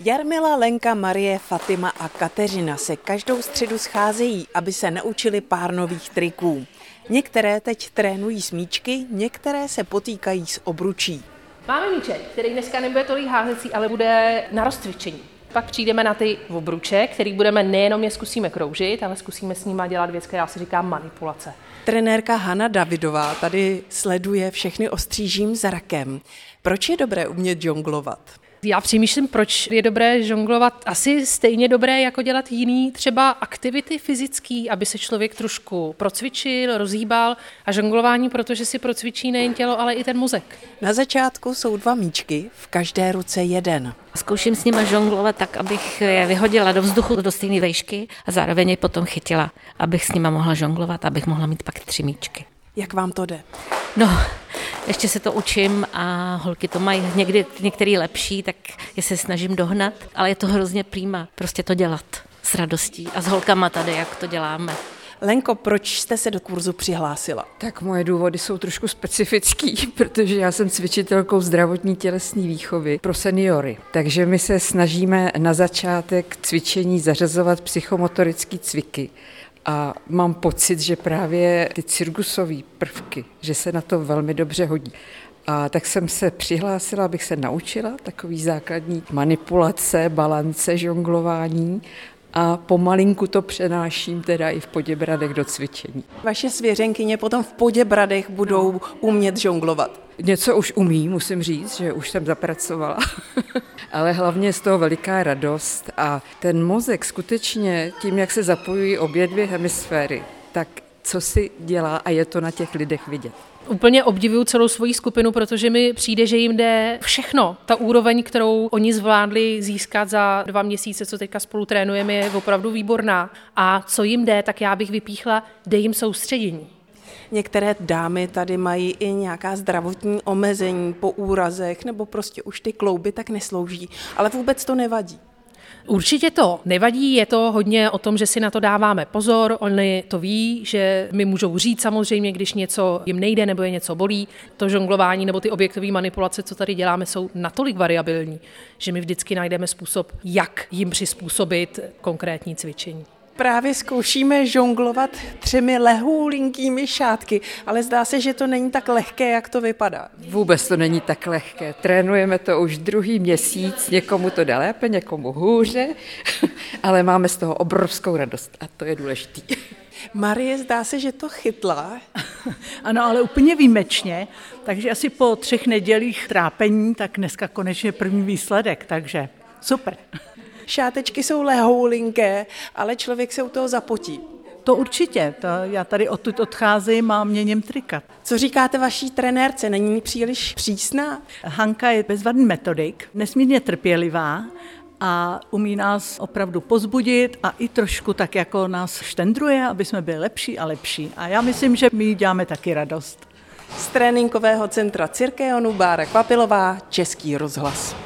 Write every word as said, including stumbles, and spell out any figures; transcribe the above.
Jarmila, Lenka, Marie, Fatima a Kateřina se každou středu scházejí, aby se naučili pár nových triků. Některé teď trénují smíčky, některé se potýkají s obručí. Máme míček, který dneska nebude tolik házecí, ale bude na rozcvičení. Pak přijdeme na ty obruče, který budeme nejenom je zkusíme kroužit, ale zkusíme s nima dělat věc, která se říká manipulace. Trenérka Hana Davidová tady sleduje všechny ostřížím zrakem. Proč je dobré umět žonglovat? Já přemýšlím, proč je dobré žonglovat. Asi stejně dobré, jako dělat jiný třeba aktivity fyzický, aby se člověk trošku procvičil, rozhýbal a žonglování, protože si procvičí nejen tělo, ale i ten mozek. Na začátku jsou dva míčky, v každé ruce jeden. Zkouším s nima žonglovat tak, abych je vyhodila do vzduchu do stejné výšky a zároveň je potom chytila, abych s nima mohla žonglovat, abych mohla mít pak tři míčky. Jak vám to jde? No, ještě se to učím a holky to mají někdy některý lepší, tak je se snažím dohnat, ale je to hrozně prýma, prostě to dělat s radostí a s holkama tady, jak to děláme. Lenko, proč jste se do kurzu přihlásila? Tak moje důvody jsou trošku specifický, protože já jsem cvičitelkou zdravotní tělesné výchovy pro seniory. Takže my se snažíme na začátek cvičení zařazovat psychomotorické cviky. A mám pocit, že právě ty cirkusové prvky, že se na to velmi dobře hodí. A tak jsem se přihlásila, abych se naučila takový základní manipulace, balance, žonglování a pomalinku to přenáším teda i v Poděbradech do cvičení. Vaše svěřenkyně potom v Poděbradech budou umět žonglovat. Něco už umí, musím říct, že už jsem zapracovala, ale hlavně je z toho veliká radost a ten mozek skutečně tím, jak se zapojují obě dvě hemisféry, tak co si dělá a je to na těch lidech vidět. Úplně obdivuju celou svoji skupinu, protože mi přijde, že jim jde všechno. Ta úroveň, kterou oni zvládli získat za dva měsíce, co teďka spolu trénujeme, je opravdu výborná. A co jim jde, tak já bych vypíchla, jde jim soustředění. Některé dámy tady mají i nějaká zdravotní omezení po úrazech, nebo prostě už ty klouby tak neslouží, ale vůbec to nevadí. Určitě to nevadí, je to hodně o tom, že si na to dáváme pozor, oni to ví, že mi můžou říct samozřejmě, když něco jim nejde nebo je něco bolí. To žonglování nebo ty objektové manipulace, co tady děláme, jsou natolik variabilní, že my vždycky najdeme způsob, jak jim přizpůsobit konkrétní cvičení. Právě zkoušíme žonglovat třemi lehoulinkými šátky, ale zdá se, že to není tak lehké, jak to vypadá. Vůbec to není tak lehké. Trénujeme to už druhý měsíc, někomu to jde lépe, někomu hůře, ale máme z toho obrovskou radost a to je důležitý. Marie, zdá se, že to chytla. Ano, ale úplně výjimečně, takže asi po třech nedělích trápení, tak dneska konečně první výsledek, takže super. Šátečky jsou lehoulinké, ale člověk se u toho zapotí. To určitě, to já tady odtud odcházím a měním trika. Co říkáte vaší trenérce, není příliš přísná? Hanka je bezvadný metodik, nesmírně trpělivá a umí nás opravdu pozbudit a i trošku tak jako nás štendruje, aby jsme byli lepší a lepší. A já myslím, že my děláme taky radost. Z tréninkového centra Cirkeonu Bára Kvapilová, Český rozhlas.